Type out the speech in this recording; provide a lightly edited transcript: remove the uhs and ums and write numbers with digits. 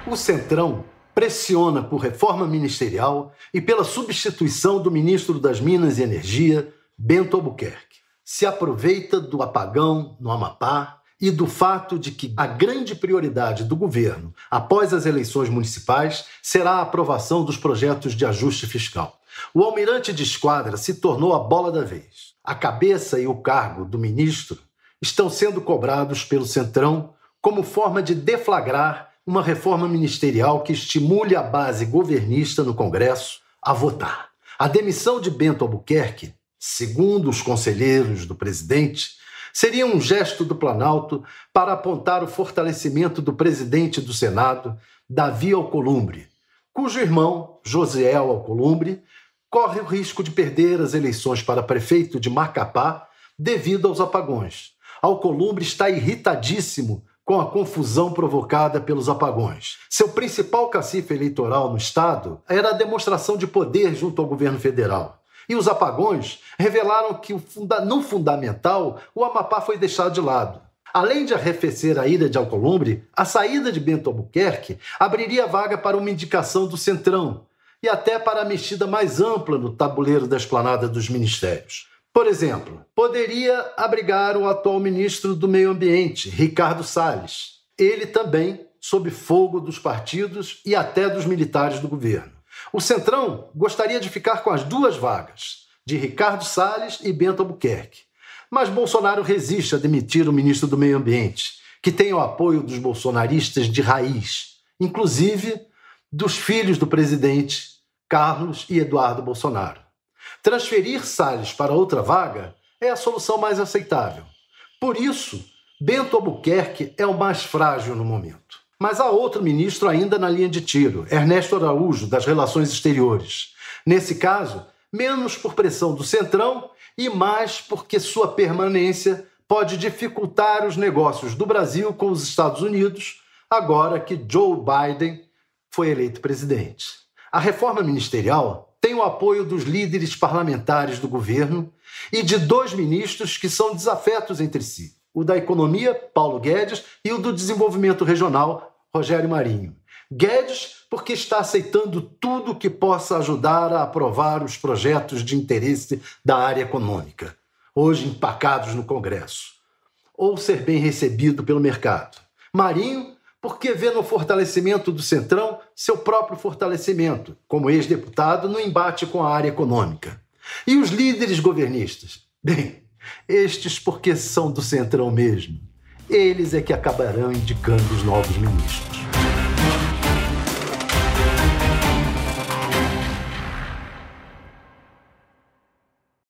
O Centrão pressiona por reforma ministerial e pela substituição do ministro das Minas e Energia, Bento Albuquerque. Se aproveita do apagão no Amapá e do fato de que a grande prioridade do governo, após as eleições municipais, será a aprovação dos projetos de ajuste fiscal. O almirante de esquadra se tornou a bola da vez. A cabeça e o cargo do ministro estão sendo cobrados pelo Centrão como forma de deflagrar uma reforma ministerial que estimule a base governista no Congresso a votar. A demissão de Bento Albuquerque, segundo os conselheiros do presidente, seria um gesto do Planalto para apontar o fortalecimento do presidente do Senado, Davi Alcolumbre, cujo irmão, Josiel Alcolumbre, corre o risco de perder as eleições para prefeito de Macapá devido aos apagões. Alcolumbre está irritadíssimo com a confusão provocada pelos apagões. Seu principal cacife eleitoral no estado era a demonstração de poder junto ao governo federal. E os apagões revelaram que, no fundamental, o Amapá foi deixado de lado. Além de arrefecer a ira de Alcolumbre, a saída de Bento Albuquerque abriria vaga para uma indicação do Centrão e até para a mexida mais ampla no tabuleiro da esplanada dos ministérios. Por exemplo, poderia abrigar o atual ministro do Meio Ambiente, Ricardo Salles. Ele também sob fogo dos partidos e até dos militares do governo. O Centrão gostaria de ficar com as duas vagas, de Ricardo Salles e Bento Albuquerque. Mas Bolsonaro resiste a demitir o ministro do Meio Ambiente, que tem o apoio dos bolsonaristas de raiz, inclusive dos filhos do presidente, Carlos e Eduardo Bolsonaro. Transferir Salles para outra vaga é a solução mais aceitável. Por isso, Bento Albuquerque é o mais frágil no momento. Mas há outro ministro ainda na linha de tiro, Ernesto Araújo, das Relações Exteriores. Nesse caso, menos por pressão do Centrão e mais porque sua permanência pode dificultar os negócios do Brasil com os Estados Unidos, agora que Joe Biden foi eleito presidente. A reforma ministerial tem o apoio dos líderes parlamentares do governo e de dois ministros que são desafetos entre si, o da Economia, Paulo Guedes, e o do Desenvolvimento Regional, Rogério Marinho. Guedes, porque está aceitando tudo que possa ajudar a aprovar os projetos de interesse da área econômica, hoje empacados no Congresso, ou ser bem recebido pelo mercado. Marinho, porque vê no fortalecimento do Centrão seu próprio fortalecimento, como ex-deputado, no embate com a área econômica. E os líderes governistas? Bem, estes porque são do Centrão mesmo. Eles é que acabarão indicando os novos ministros.